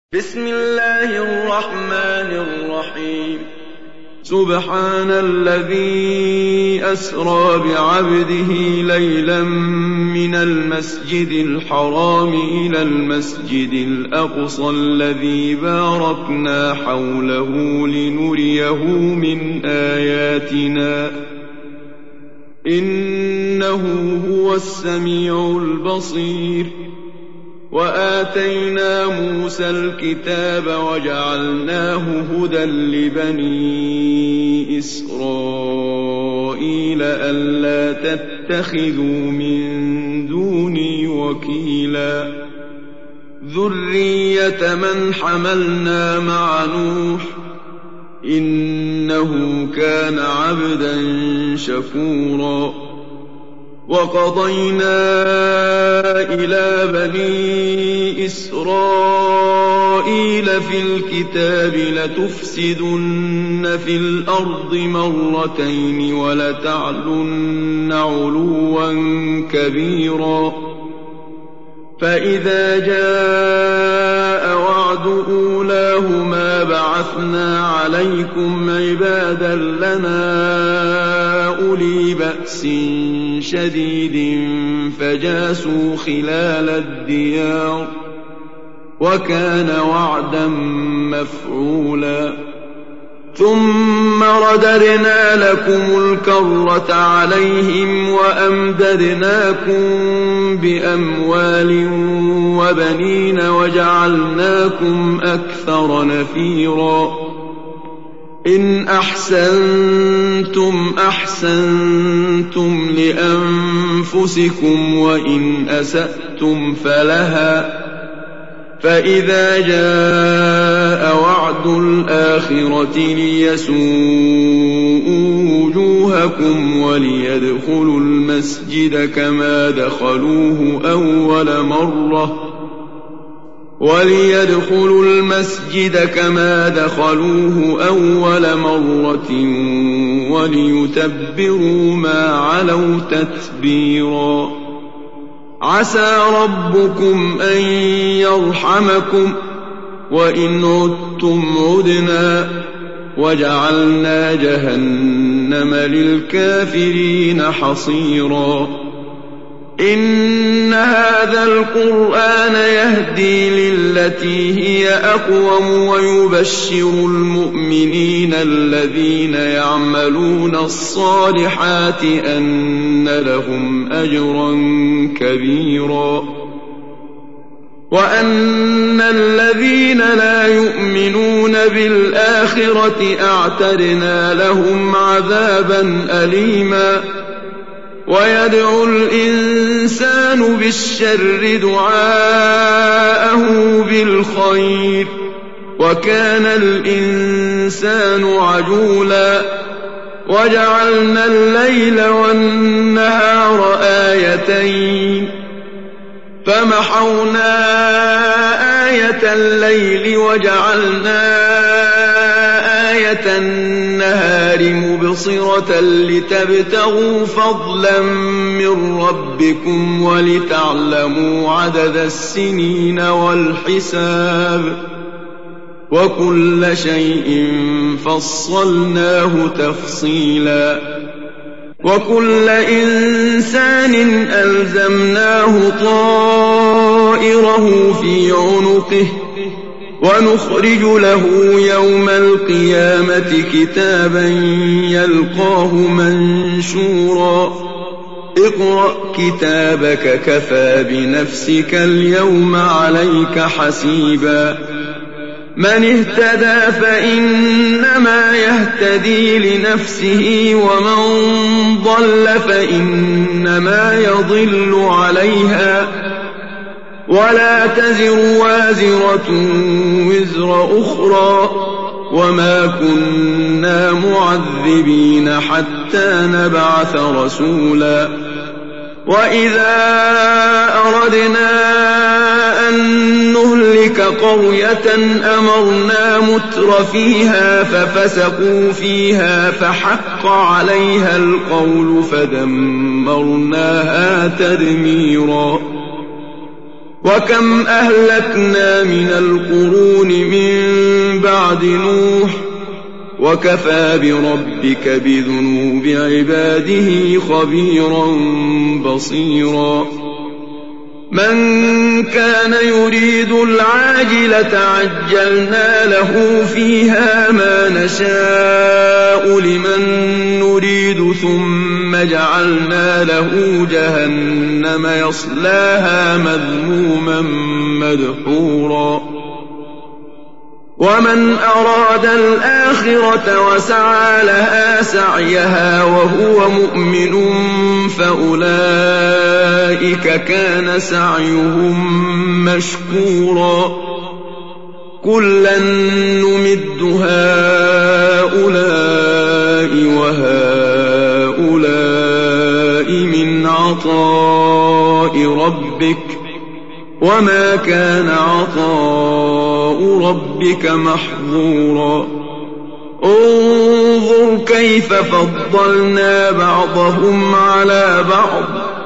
بسم الله الرحمن الرحيم سبحان الذي أسرى بعبده ليلا من المسجد الحرام إلى المسجد الأقصى الذي باركنا حوله لنريه من آياتنا إنه هو السميع البصير. وآتينا موسى الكتاب وجعلناه هدى لبني إسرائيل ألا تتخذوا من دوني وكيلا ذرية من حملنا مع نوح إنه كان عبدا شكورا. وقضينا إلى بني إسرائيل في الكتاب لتفسدن في الأرض مرتين ولتعلن علوا كبيرا. فإذا جاء وعد أولاهما بعثنا عليكم عبادا لنا أولي بأس شديد فجاسوا خلال الديار وكان وعدا مفعولا. ثم رددنا لكم الكرة عليهم وأمددناكم بأموال وبنين وجعلناكم أكثر نفيرا. إن أحسنتم أحسنتم لأنفسكم وإن أسأتم فلها. فإذا جاء وعد الآخرة ليسوءوا وجوهكم وليدخلوا المسجد كما دخلوه أول مرة وليتبروا ما علوا تتبيرا. عسى ربكم أن يرحمكم وإن عدتم عدنا وجعلنا جهنم للكافرين حصيرا. إن هذا القرآن يهدي للتي هي أقوم ويبشر المؤمنين الذين يعملون الصالحات أن لهم أجرا كبيرا وأن الذين لا يؤمنون بالآخرة أعتدنا لهم عذابا أليما. ويدعو الإنسان بالشر دعاءه بالخير وكان الإنسان عجولا. وجعلنا الليل والنهار آيتين فمحونا آية الليل وجعلنا آية النهار مبصرة لتبتغوا فضلا من ربكم ولتعلموا عدد السنين والحساب وكل شيء فصلناه تفصيلا. وكل إنسان ألزمناه طائره في عنقه ونخرج له يوم القيامة كتابا يلقاه منشورا. اقرأ كتابك كفى بنفسك اليوم عليك حسيبا. من اهتدى فإنما يهتدي لنفسه ومن ضل فإنما يضل عليها ولا تزر وازرة وزر أخرى وما كنا معذبين حتى نبعث رسولا. وإذا أردنا أن نهلك قرية أمرنا متر فيها ففسقوا فيها فحق عليها القول فدمرناها تدميرا. وكم أهلكنا من القرون من بعد نوح وكفى بربك بذنوب عباده خبيرا بصيرا من كان يريد العاجلة عجلنا له فيها ما نشاء لمن نريد ثم جعلنا له جهنم يصلاها مذموما مدحورا ومن أراد الآخرة وسعى لها سعيها وهو مؤمن فأولئك كان سعيهم مشكورا كلا نمد هؤلاء وهؤلاء من عطاء ربك وما كان عطاء ربك محظورا انظر كيف فضلنا بعضهم على بعض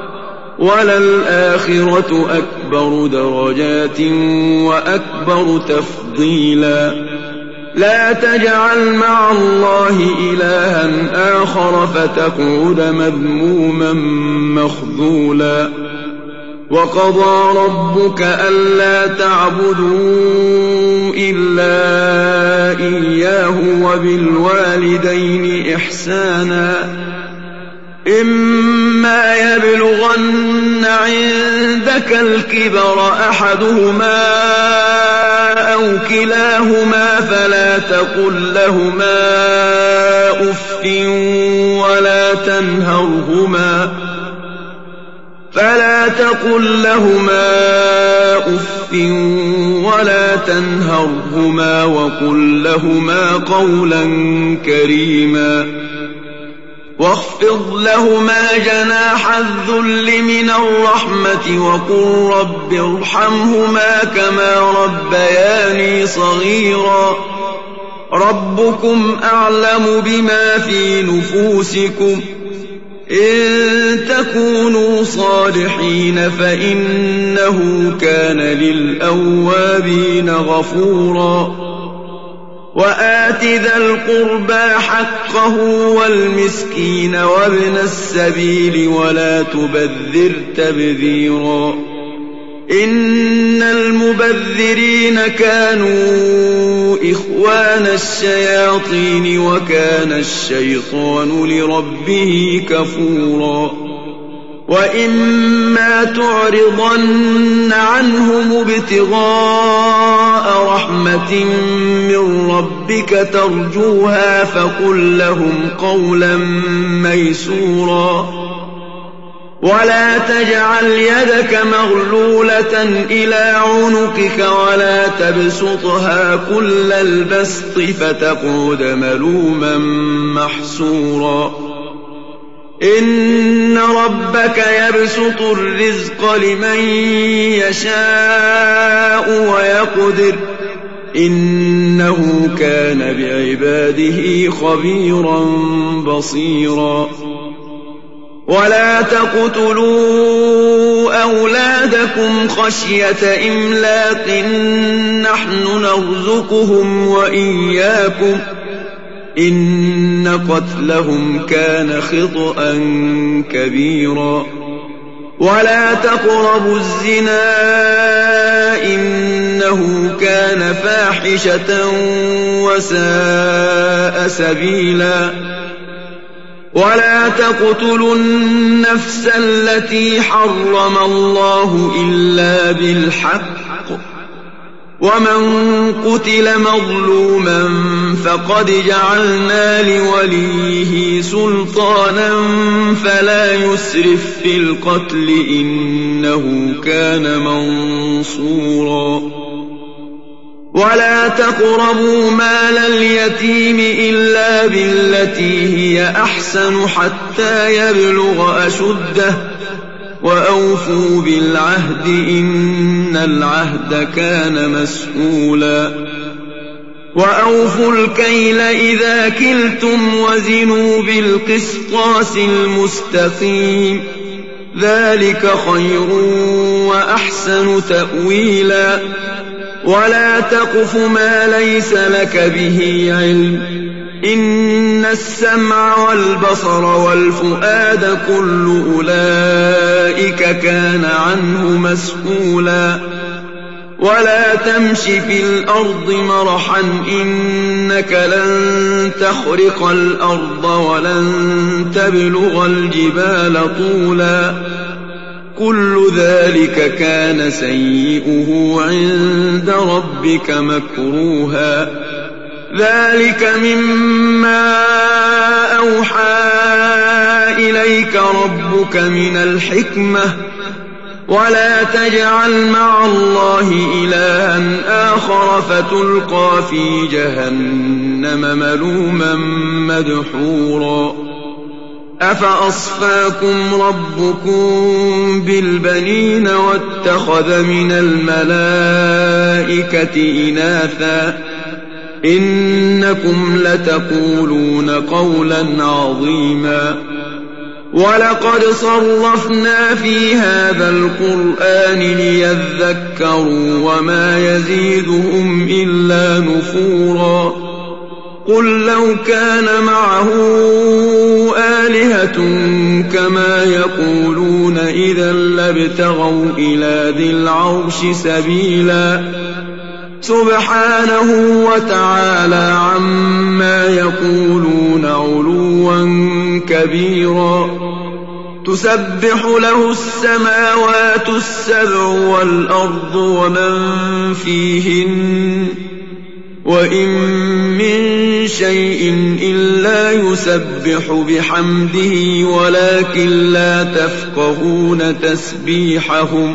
وللآخرة أكبر درجات وأكبر تفضيلا لا تجعل مع الله إلها آخر فتقعد مذموما مخذولا وقضى ربك ألا تعبدوا إلا إياه وبالوالدين إحسانا إما يبلغن عندك الكبر أحدهما أو كلاهما فلا تقل لهما أف ولا تنهرهما وقل لهما قولا كريما واخفض لهما جناح الذل من الرحمة وقل رب ارحمهما كما ربياني صغيرا ربكم أعلم بما في نفوسكم إن تكونوا صالحين فإنه كان للأوابين غفورا وآت ذا القربى حقه والمسكين وابن السبيل ولا تبذر تبذيرا إن المبذرين كانوا إخوان الشياطين وكان الشيطان لربه كفورا وإما تعرضن عنهم ابتغاء رحمة من ربك ترجوها فقل لهم قولا ميسورا ولا تجعل يدك مغلولة إلى عنقك ولا تبسطها كل البسط فتقعد ملوما محسورا إن ربك يبسط الرزق لمن يشاء ويقدر إنه كان بعباده خبيرا بصيرا ولا تقتلوا أولادكم خشية إملاق نحن نرزقهم وإياكم إن قتلهم كان خطأ كبيرا ولا تقربوا الزنا إنه كان فاحشة وساء سبيلا ولا تقتلوا النفس التي حرم الله إلا بالحق ومن قتل مظلوما فقد جعلنا لوليه سلطانا فلا يسرف في القتل إنه كان منصورا ولا تقربوا مال اليتيم إلا بالتي هي أحسن حتى يبلغ أشده وأوفوا بالعهد إن العهد كان مسؤولا وأوفوا الكيل إذا كلتم وزنوا بالقسطاس المستقيم ذلك خير وأحسن تأويلا ولا تقف ما ليس لك به علم إن السمع والبصر والفؤاد كل أولئك كان عنه مسؤولا ولا تمش في الأرض مرحا إنك لن تخرق الأرض ولن تبلغ الجبال طولا كل ذلك كان سيئه عند ربك مكروها ذلك مما أوحى إليك ربك من الحكمة ولا تجعل مع الله إلها آخر فتلقى في جهنم ملوما مدحورا أفأصفاكم ربكم بالبنين واتخذ من الملائكة إناثا إنكم لتقولون قولا عظيما ولقد صرفنا في هذا القرآن ليذكروا وما يزيدهم إلا نفورا قل لو كان معه آلهة كما يقولون إذا لابتغوا إلى ذي العرش سبيلا سبحانه وتعالى عما يقولون علوا كبيرا تسبح له السماوات السبع والأرض ومن فيهن وإن من شيء إلا يسبح بحمده ولكن لا تفقهون تسبيحهم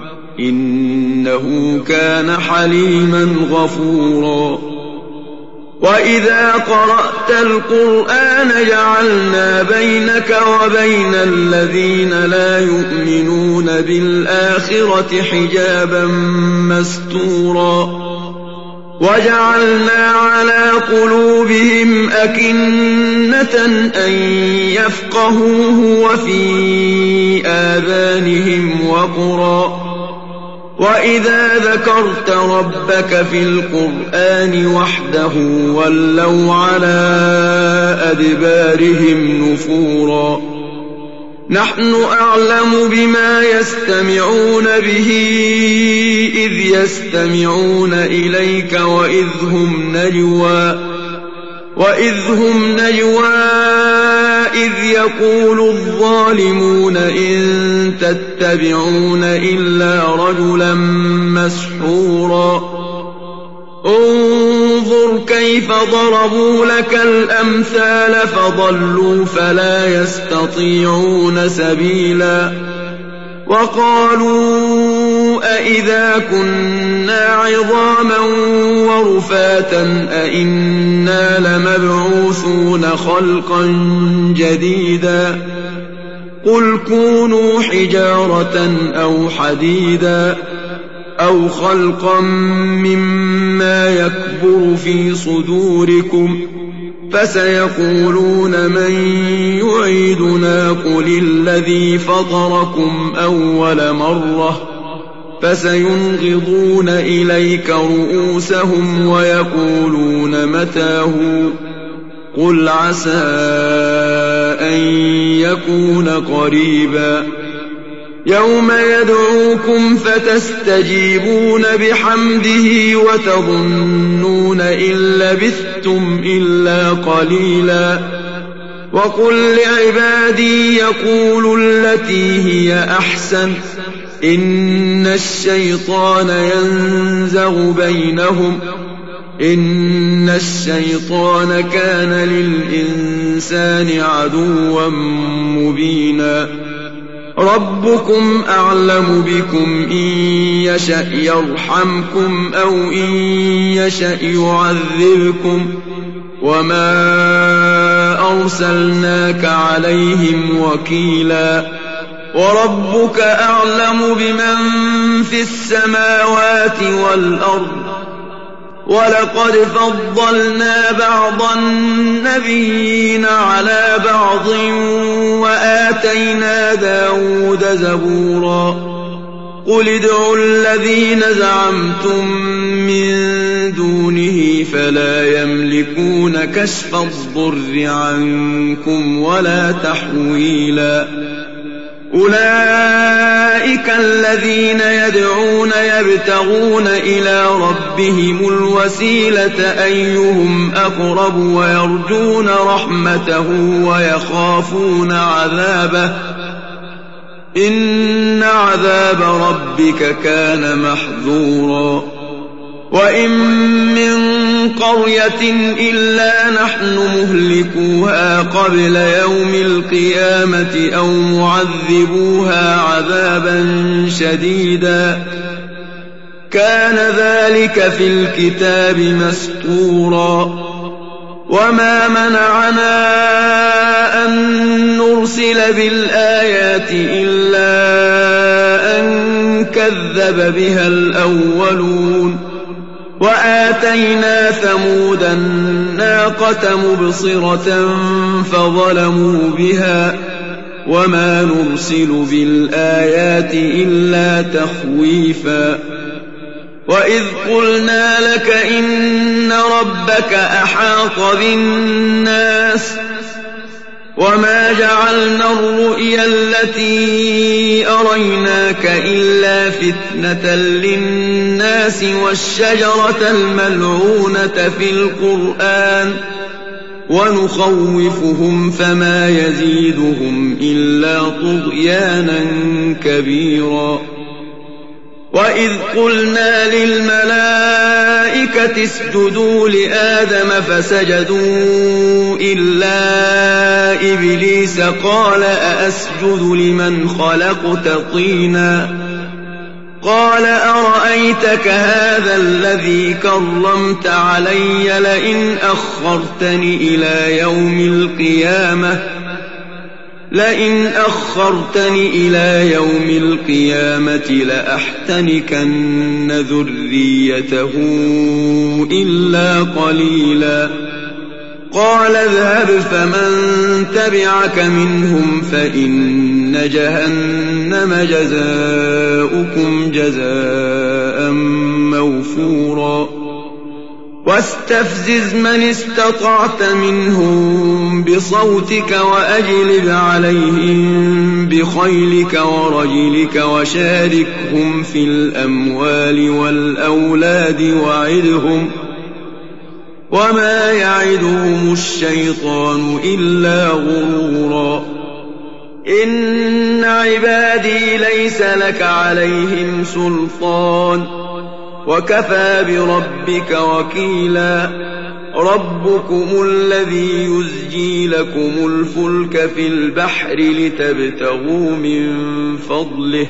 إنه كان حليما غفورا وإذا قرأت القرآن جعلنا بينك وبين الذين لا يؤمنون بالآخرة حجابا مستورا وجعلنا على قلوبهم أكنة أن يفقهوه وفي آذانهم وقرا وإذا ذكرت ربك في القرآن وحده ولوا على أدبارهم نفورا نحن أعلم بما يستمعون به إذ يستمعون إليك وإذ هم نجوى إذ يقول الظالمون إن تتبعون إلا رجلا مسحورا انظر كيف ضربوا لك الأمثال فضلوا فلا يستطيعون سبيلا وقالوا أئذا كنا عظاما ورفاتا أئنا لمبعوثون خلقا جديدا قل كونوا حجارة أو حديدا أو خلقا مما يكبر في صدوركم فسيقولون من يعيدنا قل الذي فطركم أول مرة فسينغضون إليك رؤوسهم ويقولون متاه قل عسى أن يكون قريبا يوم يدعوكم فتستجيبون بحمده وتظنون إن لبثتم إلا قليلا وقل لعبادي يقولوا التي هي أحسن إن الشيطان ينزغ بينهم إن الشيطان كان للإنسان عدوا مبينا ربكم أعلم بكم إن يشأ يرحمكم أو إن يشأ يعذبكم وما أرسلناك عليهم وكيلا وربك أعلم بمن في السماوات والأرض ولقد فضلنا بعض النبيين على بعض وآتينا داود زبورا قل ادعوا الذين زعمتم من دونه فلا يملكون كشف الضر عنكم ولا تحويلا أولئك الذين يدعون يبتغون إلى ربهم الوسيلة أيهم أقرب ويرجون رحمته ويخافون عذابه إن عذاب ربك كان محذورا وإن من قرية إلا نحن مهلكوها قبل يوم القيامة أو معذبوها عذابا شديدا كان ذلك في الكتاب مسطورا وما منعنا أن نرسل بالآيات إلا أن كذب بها الأولون وآتينا ثمود الناقة مبصرة فظلموا بها وما نرسل بالآيات إلا تخويفا وإذ قلنا لك إن ربك أحاط بالناس وما جعلنا الرؤيا التي أريناك إلا فتنة للناس والشجرة الملعونة في القرآن ونخوفهم فما يزيدهم إلا طغيانا كبيرا وإذ قلنا للملائكة اسجدوا لآدم فسجدوا إلا إبليس قال أأسجد لمن خلقت طينا قال أرأيتك هذا الذي كرمت علي لئن أخرتني إلى يوم القيامة لأحتنكن ذريته إلا قليلا قال اذهب فمن تبعك منهم فإن جهنم جزاؤكم جزاء موفورا واستفزز من استطعت منهم بصوتك وأجلب عليهم بخيلك ورجلك وشاركهم في الأموال والأولاد وعدهم وما يعدهم الشيطان إلا غرورا إن عبادي ليس لك عليهم سلطان وكفى بربك وكيلا ربكم الذي يزجي لكم الفلك في البحر لتبتغوا من فضله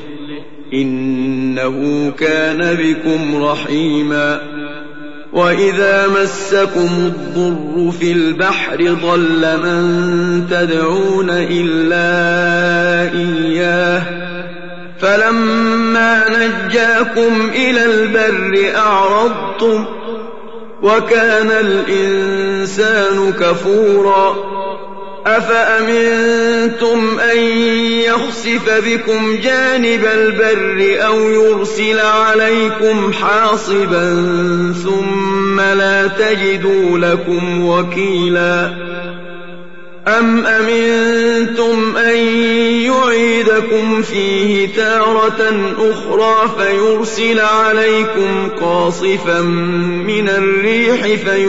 إنه كان بكم رحيما وإذا مسكم الضر في البحر ضل من تدعون إلا إياه فلما نجاكم إلى البر أعرضتم وكان الإنسان كفورا أفأمنتم أن يخسف بكم جانب البر أو يرسل عليكم حاصبا ثم لا تجدوا لكم وكيلا أم أمنتم أن يعيدكم فيه تارة أخرى فيرسل عليكم قاصفا من الريح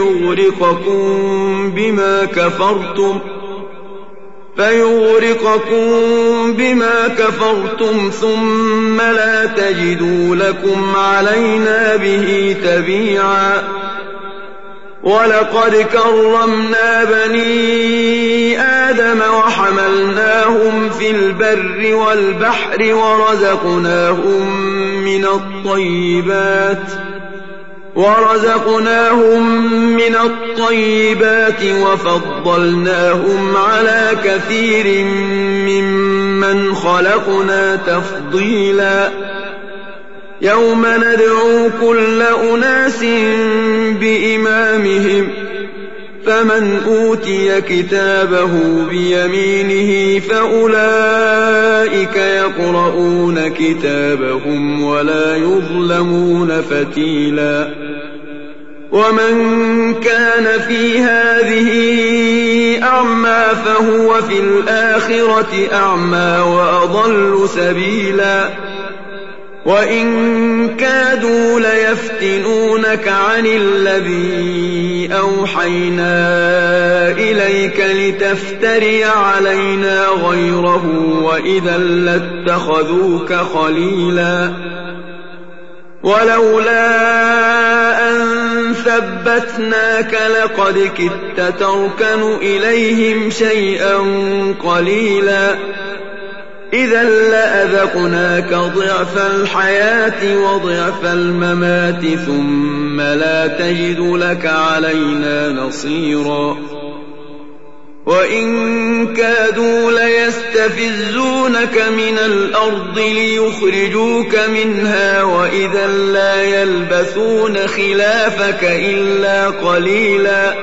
فيغرقكم بما كفرتم ثم لا تجدوا لكم علينا به تبيعا ولقد كرمنا بني آدم وحملناهم في البر والبحر ورزقناهم من الطيبات وفضلناهم على كثير ممن خلقنا تفضيلا يوم ندعو كل أناس بإمامهم فمن أوتي كتابه بيمينه فأولئك يقرؤون كتابهم ولا يظلمون فتيلا ومن كان في هذه أعمى فهو في الآخرة أعمى وأضل سبيلا وإن كادوا ليفتنونك عن الذي أوحينا إليك لتفتري علينا غيره وإذا لاتخذوك خليلا ولولا أن ثبتناك لقد كدت تركن إليهم شيئا قليلا إذا لأذقناك ضعف الحياة وضعف الممات ثم لا تجد لك علينا نصيرا وإن كادوا ليستفزونك من الأرض ليخرجوك منها وإذا لا يلبثون خلافك إلا قليلا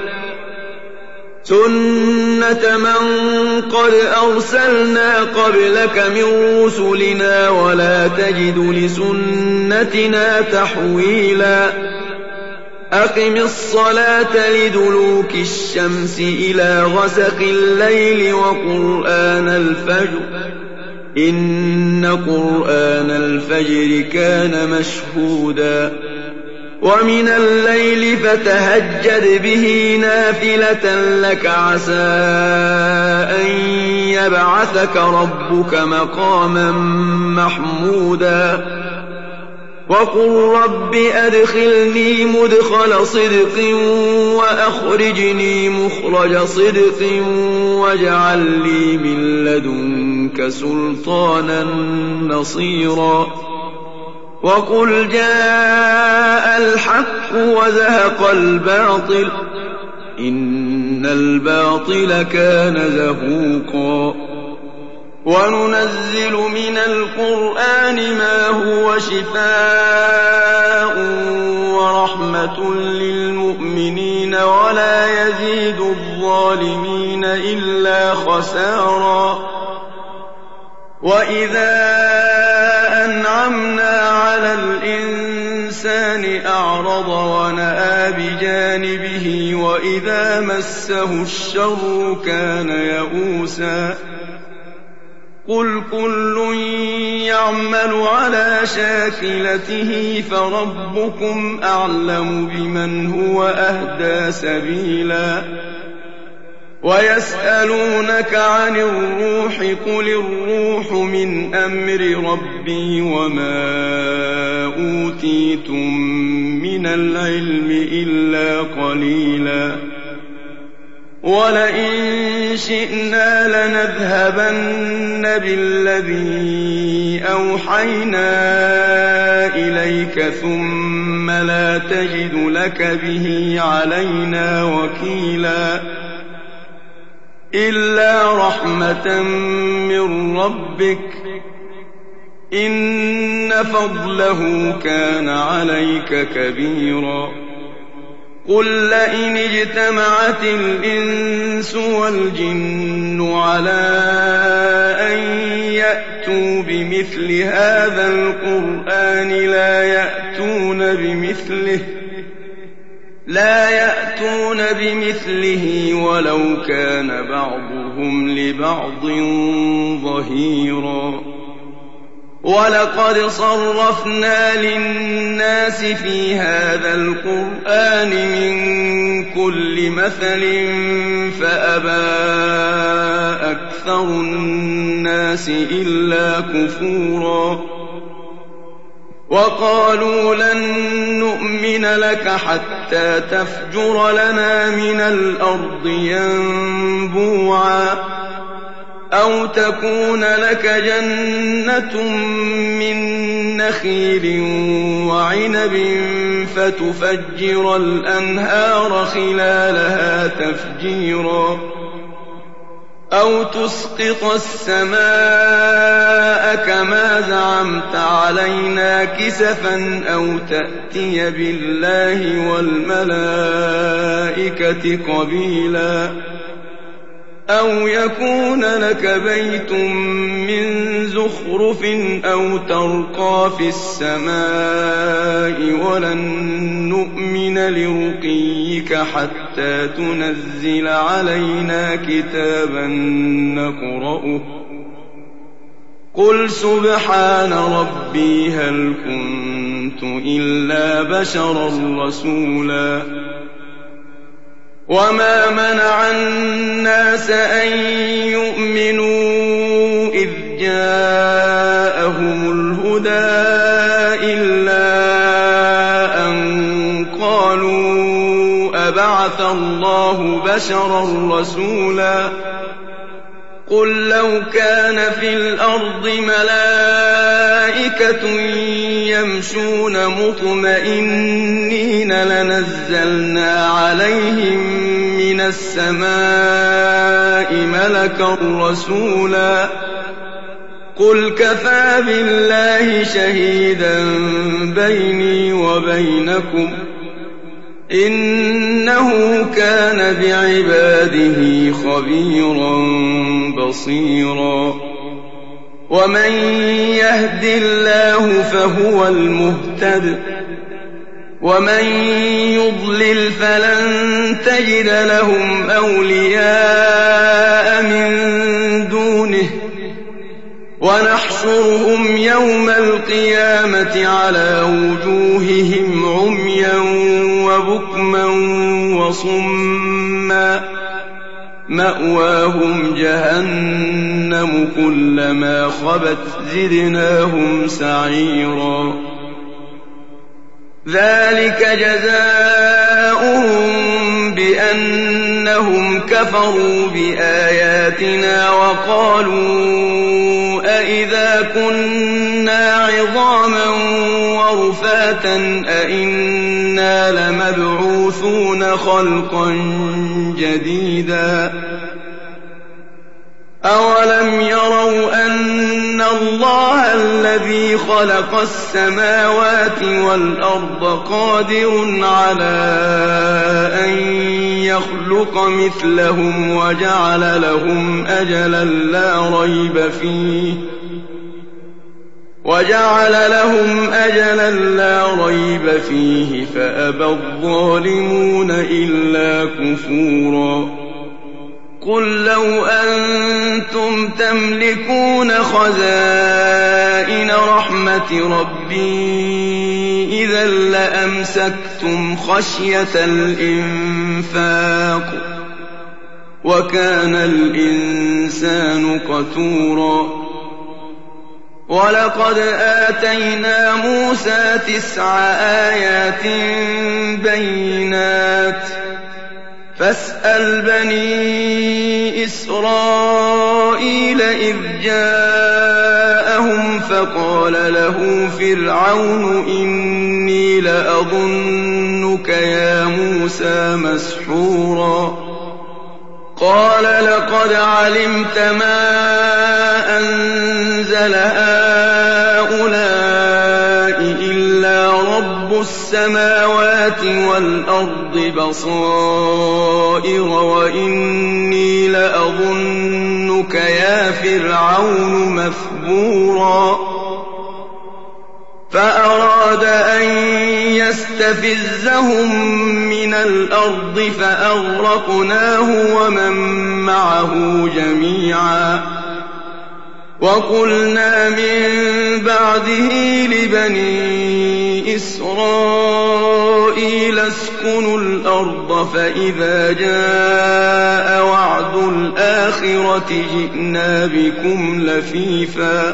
سنة من قد أرسلنا قبلك من رسلنا ولا تجد لسنتنا تحويلا أقم الصلاة لدلوك الشمس إلى غسق الليل وقرآن الفجر إن قرآن الفجر كان مشهودا ومن الليل فتهجد به نافلة لك عسى أن يبعثك ربك مقاما محمودا وقل رب أدخلني مدخل صدق وأخرجني مخرج صدق واجعل لي من لدنك سلطانا نصيرا وقل جاء الحق وزهق الباطل إن الباطل كان زهوقا وننزل من القرآن ما هو شفاء ورحمة للمؤمنين ولا يزيد الظالمين إلا خسارا وإذا أنعمنا على الإنسان أعرض ونأى بجانبه وإذا مسه الشر كان يئوسا قل كل يعمل على شاكلته فربكم أعلم بمن هو أهدى سبيلا ويسألونك عن الروح قل الروح من أمر ربي وما أوتيتم من العلم إلا قليلا ولئن شئنا لنذهبن بالذي أوحينا إليك ثم لا تجد لك به علينا وكيلا إلا رحمة من ربك إن فضله كان عليك كبيرا قل لئن اجتمعت الإنس والجن على أن يأتوا بمثل هذا القرآن لا يأتون بمثله ولو كان بعضهم لبعض ظهيرا ولقد صرفنا للناس في هذا القرآن من كل مثل فأبى أكثر الناس إلا كفورا وقالوا لن نؤمن لك حتى تفجر لنا من الأرض ينبوعا أو تكون لك جنة من نخيل وعنب فتفجر الأنهار خلالها تفجيرا أو تسقط السماء كما زعمت علينا كسفا أو تأتي بالله والملائكة قبيلا أو يكون لك بيت من زخرف أو ترقى في السماء ولن نؤمن لرقيك حتى تنزل علينا كتابا نقرأه قل سبحان ربي هل كنت إلا بشرا رسولا وما منع الناس أن يؤمنوا إذ جاءهم الهدى إلا أن قالوا أبعث الله بشرا رسولا قل لو كان في الأرض ملائكة يمشون مطمئنين لنزلنا عليهم من السماء ملكا رسولا قل كفى بالله شهيدا بيني وبينكم إنه كان بعباده خبيرا بصيرا ومن يهد الله فهو المهتد ومن يضلل فلن تجد لهم أولياء من دونه ونحشرهم يوم القيامة على وجوههم عميا وبكما وصما مأواهم جهنم كلما خبت زدناهم سعيرا ذلك جزاؤهم بأنهم كفروا بآياتنا وقالوا أئذا كنا عظاما ورفاتا أئنا لمبعوثون خلقا جديدا أولم يروا أن الله الذي خلق السماوات والأرض قادر على أن يخلق مثلهم وجعل لهم أجلا لا ريب فيه فأبى الظالمون إلا كفورا قل لو أنتم تملكون خزائن رحمة ربي إذا لأمسكتم خشية الإنفاق وكان الإنسان قتورا ولقد آتينا موسى 9 آيات بينات فاسأل بني إسرائيل إذ جاءهم فقال له فرعون إني لأظنك يا موسى مسحورا قال لقد علمت ما أنزل هؤلاء إلا رب السماوات والأرض بصائر وإني لأظنك يا فرعون مثبورا فأراد أن يستفزهم من الأرض فأغرقناه ومن معه جميعا وقلنا من بعده لبني إسرائيل اسكنوا الأرض فإذا جاء وعد الآخرة جئنا بكم لفيفا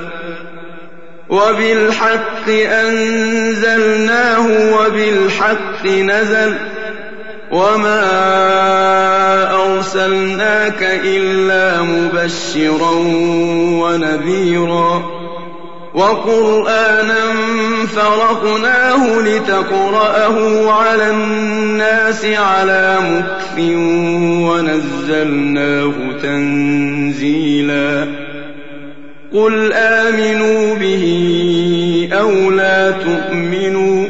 وبالحق أنزلناه وبالحق نزل وما أرسلناك إلا مبشرا ونذيرا وقرآنا فرقناه لتقرأه على الناس الناس على مكث ونزلناه تنزيلا قل آمنوا به أو لا تؤمنوا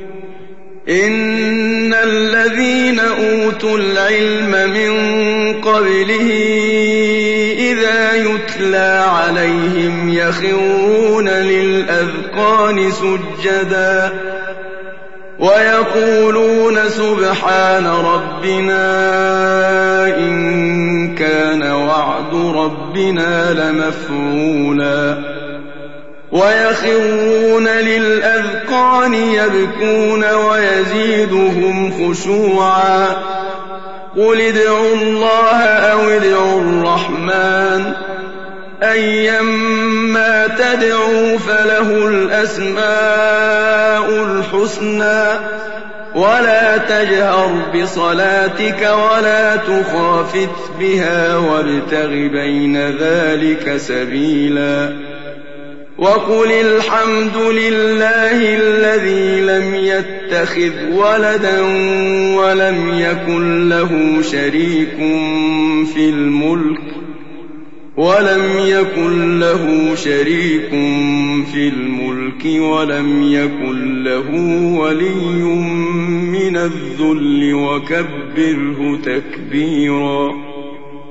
إن الذين أوتوا العلم من قبله إذا يتلى عليهم يخرون للأذقان سجدا ويقولون سبحان ربنا إن كان وعد ربنا لمفعولا ويخرون للأذقان يبكون ويزيدهم خشوعا قل ادعوا الله أو ادعوا الرحمن أيما تدعوا فله الأسماء الحسنى ولا تجهر بصلاتك ولا تخافت بها وابتغ بين ذلك سبيلا وقل الحمد لله الذي لم يتخذ ولدا ولم يكن له شريك في الملك ولم يكن له ولي من الذل وكبره تكبيرا